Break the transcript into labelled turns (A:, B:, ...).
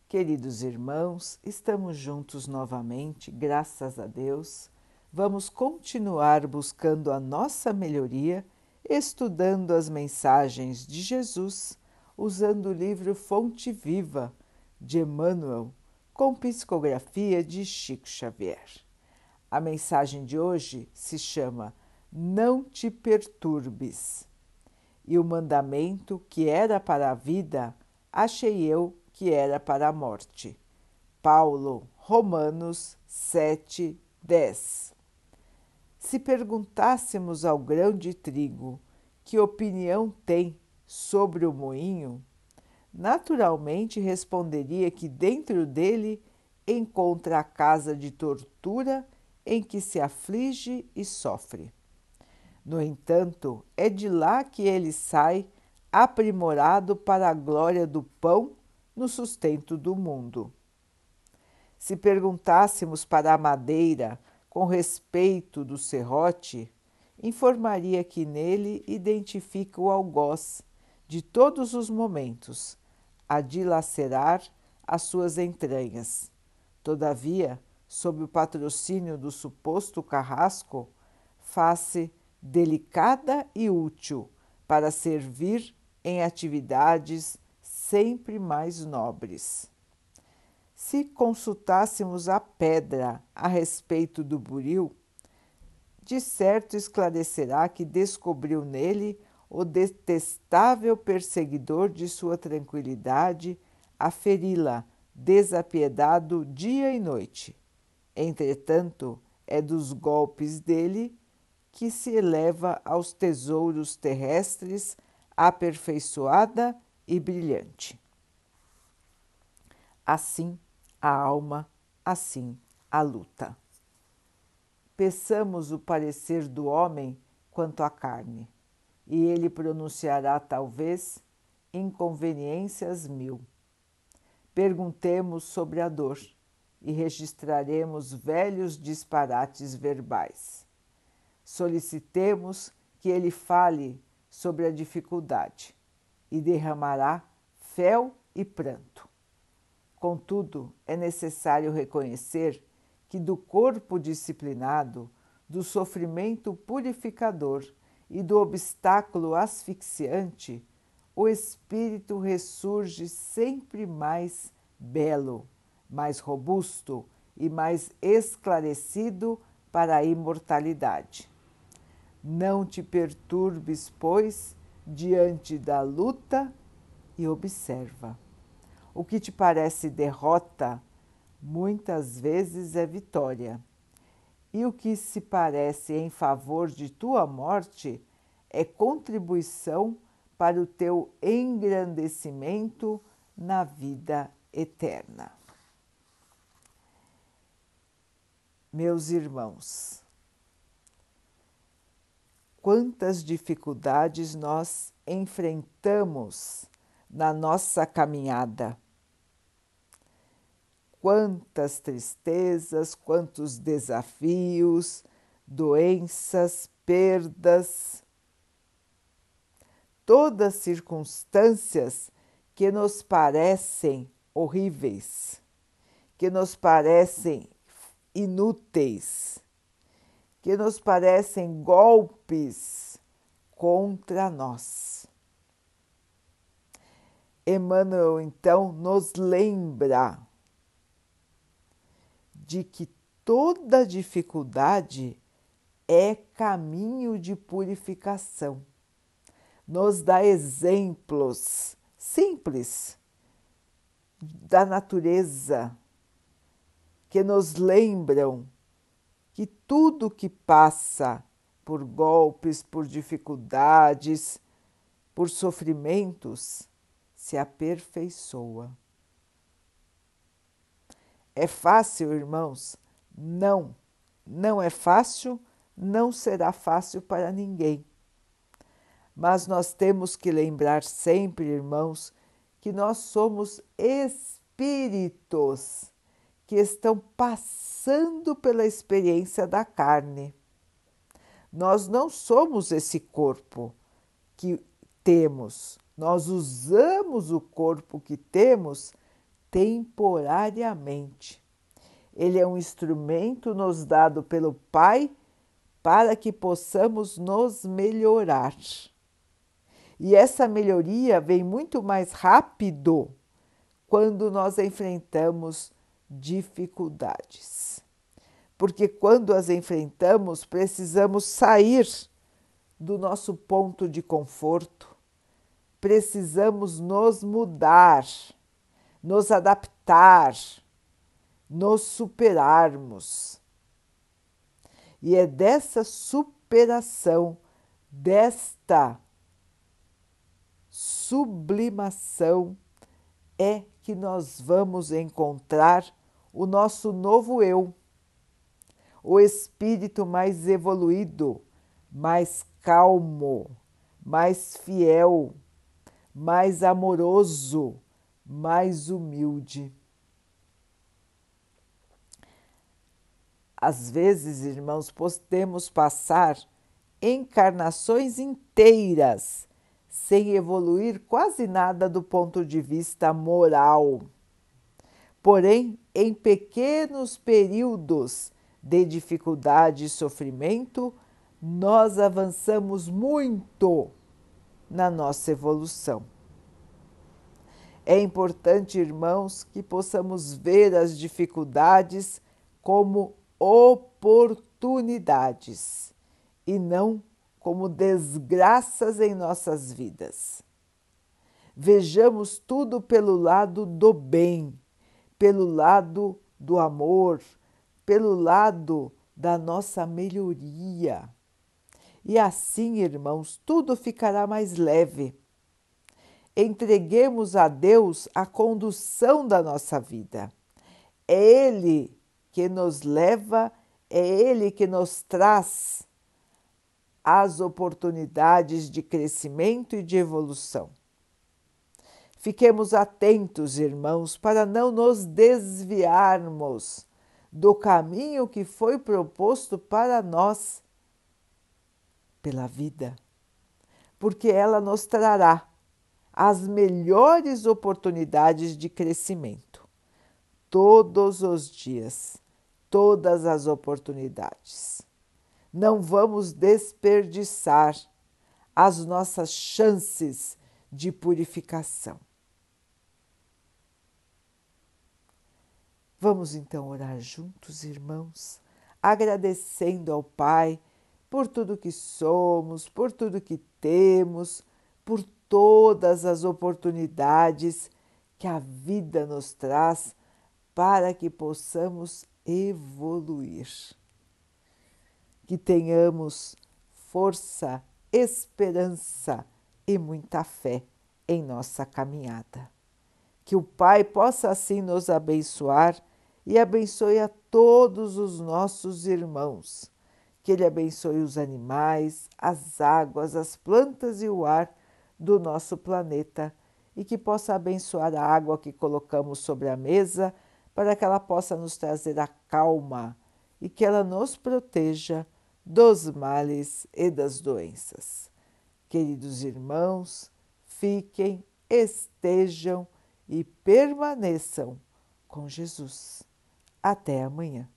A: Queridos irmãos, estamos juntos novamente, graças a Deus. Vamos continuar buscando a nossa melhoria, estudando as mensagens de Jesus, usando o livro Fonte Viva, de Emmanuel, com psicografia de Chico Xavier. A mensagem de hoje se chama Não te perturbes. E o mandamento que era para a vida, achei eu que era para a morte. Paulo, Romanos 7, 10. Se perguntássemos ao grão de trigo que opinião tem sobre o moinho, naturalmente responderia que dentro dele encontra a casa de tortura em que se aflige e sofre. No entanto, é de lá que ele sai aprimorado para a glória do pão no sustento do mundo. Se perguntássemos para a madeira com respeito do serrote, informaria que nele identifica o algoz de todos os momentos, a dilacerar as suas entranhas. Todavia, sob o patrocínio do suposto carrasco, faz-se delicada e útil para servir em atividades sempre mais nobres. Se consultássemos a pedra a respeito do buril, de certo esclarecerá que descobriu nele o detestável perseguidor de sua tranquilidade a feri-la, desapiedado dia e noite. Entretanto, é dos golpes dele que se eleva aos tesouros terrestres aperfeiçoada e brilhante. Assim a alma, assim a luta. Peçamos o parecer do homem quanto à carne, e ele pronunciará talvez inconveniências mil. Perguntemos sobre a dor e registraremos velhos disparates verbais. Solicitemos que ele fale sobre a dificuldade e derramará fel e pranto. Contudo, é necessário reconhecer que do corpo disciplinado, do sofrimento purificador e do obstáculo asfixiante, o espírito ressurge sempre mais belo, mais robusto e mais esclarecido para a imortalidade. Não te perturbes, pois, diante da luta e observa. O que te parece derrota, muitas vezes é vitória. E o que se parece em favor de tua morte é contribuição para o teu engrandecimento na vida eterna. Meus irmãos, quantas dificuldades nós enfrentamos na nossa caminhada. Quantas tristezas, quantos desafios, doenças, perdas, todas circunstâncias que nos parecem horríveis, que nos parecem inúteis, que nos parecem golpes contra nós. Emmanuel, então, nos lembra de que toda dificuldade é caminho de purificação. Nos dá exemplos simples da natureza que nos lembram que tudo que passa por golpes, por dificuldades, por sofrimentos, se aperfeiçoa. É fácil, irmãos? Não, não é fácil, não será fácil para ninguém. Mas nós temos que lembrar sempre, irmãos, que nós somos espíritos que estão passando pela experiência da carne. Nós não somos esse corpo que temos, nós usamos o corpo que temos temporariamente. Ele é um instrumento nos dado pelo Pai para que possamos nos melhorar. E essa melhoria vem muito mais rápido quando nós enfrentamos dificuldades. Porque quando as enfrentamos, precisamos sair do nosso ponto de conforto, precisamos nos mudar, nos adaptar, nos superarmos. E é dessa superação, desta sublimação, é que nós vamos encontrar o nosso novo eu, o espírito mais evoluído, mais calmo, mais fiel, mais amoroso, mais humilde. Às vezes, irmãos, podemos passar encarnações inteiras sem evoluir quase nada do ponto de vista moral. Porém, em pequenos períodos de dificuldade e sofrimento, nós avançamos muito na nossa evolução. É importante, irmãos, que possamos ver as dificuldades como oportunidades e não como desgraças em nossas vidas. Vejamos tudo pelo lado do bem, pelo lado do amor, pelo lado da nossa melhoria. E assim, irmãos, tudo ficará mais leve. Entreguemos a Deus a condução da nossa vida. É Ele que nos leva, é Ele que nos traz as oportunidades de crescimento e de evolução. Fiquemos atentos, irmãos, para não nos desviarmos do caminho que foi proposto para nós pela vida, porque ela nos trará as melhores oportunidades de crescimento, todos os dias, todas as oportunidades. Não vamos desperdiçar as nossas chances de purificação. Vamos então orar juntos, irmãos, agradecendo ao Pai por tudo que somos, por tudo que temos, por todas as oportunidades que a vida nos traz para que possamos evoluir. Que tenhamos força, esperança e muita fé em nossa caminhada. Que o Pai possa assim nos abençoar e abençoe a todos os nossos irmãos. Que Ele abençoe os animais, as águas, as plantas e o ar do nosso planeta e que possa abençoar a água que colocamos sobre a mesa para que ela possa nos trazer a calma e que ela nos proteja dos males e das doenças. Queridos irmãos, fiquem, estejam e permaneçam com Jesus. Até amanhã.